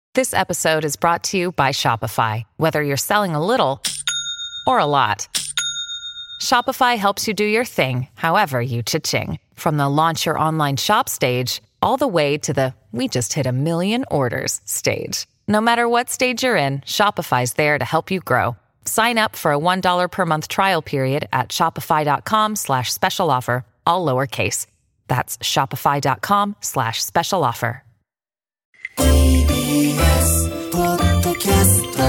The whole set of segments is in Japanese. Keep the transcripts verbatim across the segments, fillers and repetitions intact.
This episode is brought to you by Shopify. Whether you're selling a little or a lot, Shopify helps you do your thing, however you cha-ching. From the launch your online shop stage, all the way to the we just hit a million orders stage. No matter what stage you're in, Shopify's there to help you grow. Sign up for a one dollar per month trial period at shopify.com slash special offer, all lowercase. That's shopify.com slash special offer. ティービーエス ポッドキャスト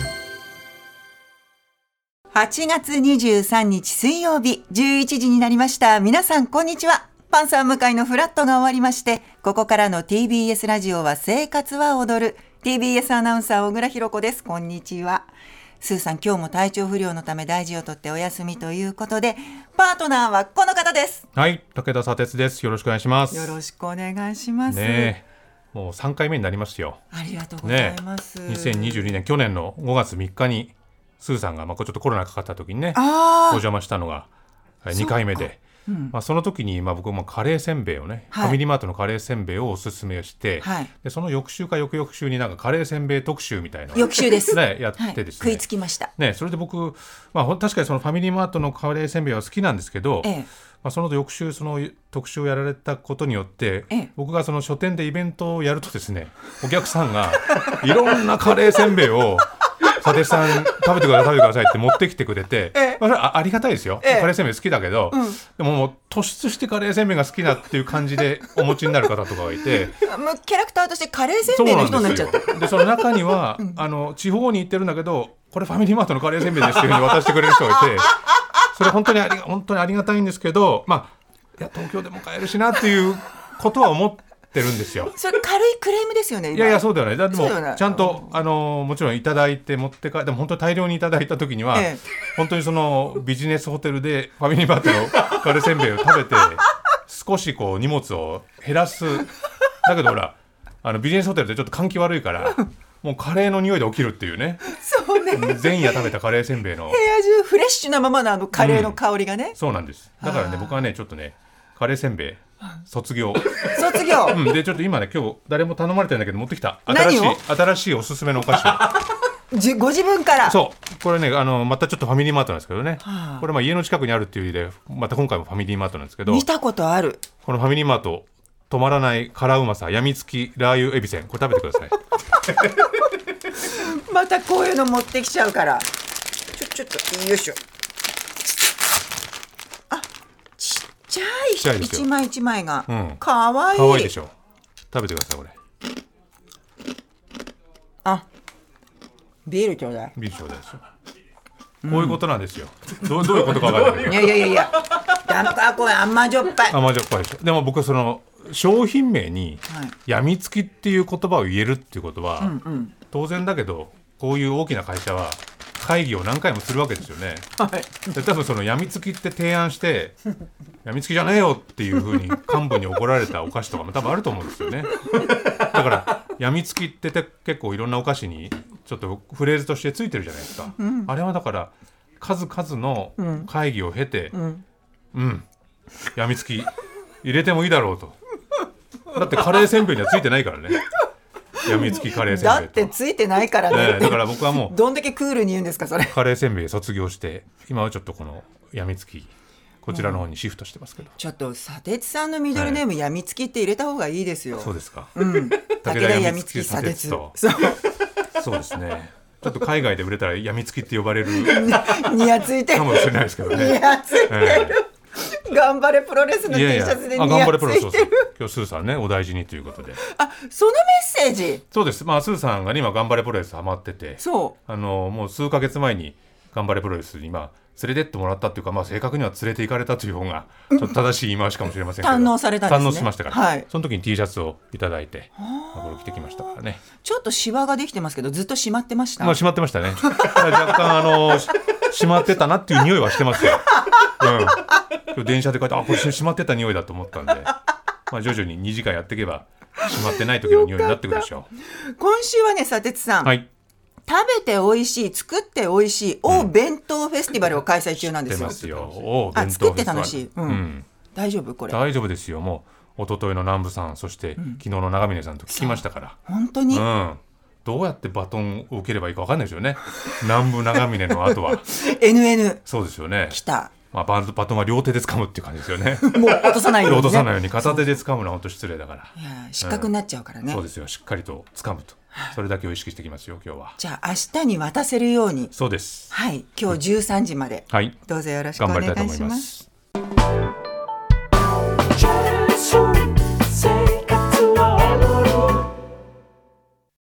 はちがつにじゅうさんにち水曜日じゅういちじになりました。皆さんこんにちは。パンサー向井のフラットが終わりまして、ここからの ティービーエス ラジオは生活は踊る ティービーエス アナウンサー小倉弘子です。こんにちは。スーさん、今日も体調不良のため大事をとってお休みということで、パートナーはこの方です。 はい、武田砂鉄です。よろしくお願いします。 よろしくお願いします。 ねえ、もうさんかいめになりますよ。 ありがとうございます。 ね、にせんにじゅうにねん去年のごがつみっかにスーさんがまあちょっとコロナかかった時にね、お邪魔したのがにかいめで、うんまあ、その時にまあ僕もカレーせんべいをね、はい、ファミリーマートのカレーせんべいをおすすめして、はい、でその翌週か翌々週になんかカレーせんべい特集みたいな翌週です、 ね、やってですね、 はい、食いつきました、 ね、それで僕、まあ、確かにそのファミリーマートのカレーせんべいは好きなんですけど、ええまあ、その翌週その特集をやられたことによって、ええ、僕がその書店でイベントをやるとですね、お客さんがいろんなカレーせんべいを佐手さん食べてください食べてくださいって持ってきてくれて、ええまあ、それは あ, ありがたいですよ、ええ、カレーせんべい好きだけど、うん、でももう突出してカレーせんべいが好きだっていう感じでお持ちになる方とかがいてキャラクターとしてカレーせんべいの人になっちゃった。 で, でその中には、うん、あの地方に行ってるんだけどこれファミリーマートのカレーせんべいですっていうふうに渡してくれる人がいてそれ本当にあり本当にありがたいんですけど、まあいや東京でも買えるしなっていうことは思ってるんですよ。 それ軽いクレームですよね。 いやいやそうではない。だってもちゃんとあのもちろんいただいて持って帰でも本当に大量にいただいた時には、ええ、本当にそのビジネスホテルでファミリーマートのカレーせんべいを食べて少しこう荷物を減らす。だけどほらあのビジネスホテルでちょっと換気悪いからもうカレーの匂いで起きるっていうね。 そうね。 前夜食べたカレーせんべいの部屋中フレッシュなままのあのカレーの香りがね、 うん、そうなんです。だからね僕はねちょっとねカレーせんべい卒業卒業、 うん、でちょっと今ね今日誰も頼まれてないんだけど持ってきた新しい新しいおすすめのお菓子じご自分からそうこれねあのまたちょっとファミリーマートなんですけどね、はあ、これまあ家の近くにあるっていう意味でまた今回もファミリーマートなんですけど見たことあるこのファミリーマート止まらない辛うまさやみつきラー油エビせんこれ食べてくださいまたこういうの持ってきちゃうからちょちょっとよいしょちっちゃい一枚一枚が、うん、かわいいかわいいでしょ。食べてくださいこれ。 あビールちょうだいビールちょうだいですよ、うん、こういうことなんですよ。ど う, どういうことか分からないいやいやいやいやなんかこれ甘じょっぱい甘じょっぱいでしょ。でも僕その商品名にやみつきっていう言葉を言えるっていうことは、はいうんうん、当然だけどこういう大きな会社は会議を何回もするわけですよね、はい、で多分そのやみつきって提案してやみつきじゃねえよっていう風に幹部に怒られたお菓子とかも多分あると思うんですよね。だからやみつきって結構いろんなお菓子にちょっとフレーズとしてついてるじゃないですか、うん、あれはだから数々の会議を経て、うん、うん、やみつき入れてもいいだろうと。だってカレーせんべいにはついてないからねやみつきカレーせんべいだってついてないからね、 ねだから僕はもうどんだけクールに言うんですかそれ。 カレーせんべい卒業して今はちょっとこのやみつきこちらの方にシフトしてますけど、うん、 ちょっと砂鉄さんのミドルネーム、はい、やみつきって入れた方がいいですよ。 そうですか、 うん、武田やみつき砂鉄とそうそうですね。ちょっと海外で売れたらやみつきって呼ばれるにやついてるかもしれないですけどね。 にやついてる、えー、頑張れプロレスの T シャツでにやついてる。そうそう今日スーさんねお大事にということで。 あそのメッセージ。 そうです、まあ、スーさんが、ね、今頑張れプロレスハマっててそうあのもう数ヶ月前に頑張れプロレスに今連れてってもらったっていうか、まあ、正確には連れて行かれたという方がちょっと正しい言い回しかもしれませんけど堪能されたんですね。 堪能しましたから、はい、その時に T シャツをいただいてこれ着てきましたからね。 ちょっとシワができてますけどずっとしまってました。 まあ、しまってましたね若干あのしまってたなっていう匂いはしてますよ、うん、電車でこうやってあこれしまってた匂いだと思ったんで、まあ、徐々ににじかんやっていけばしまってない時の匂いになってくるでしょう。今週はね砂鉄さん、はい、食べて美味しい作って美味しいお弁当フェスティバルを開催中なんですよ。 知ってますよ。お弁当あ作って楽しい、うんうん、大丈夫これ。 大丈夫ですよ。もう一昨日の南部さんそして、うん、昨日の長峰さんと聞きましたから。 本当に、 うん、 どうやってバトンを受ければいいか分かんないですよね。南部長峰の後はエヌエヌそうですよね。 来た、 まあ、バトンは両手で掴むっていう感じですよね。 もう落とさないように、ね、 落とさないように片手で掴むのは本当失礼だから。 いや失格になっちゃうからね、 うん、そうですよ。しっかりと掴むと、それだけを意識してきますよ今日は。 じゃあ明日に渡せるように。 そうです。 はい、今日じゅうさんじまで、 はい、 どうぞよろしくお願いします。 頑張りたいと思います。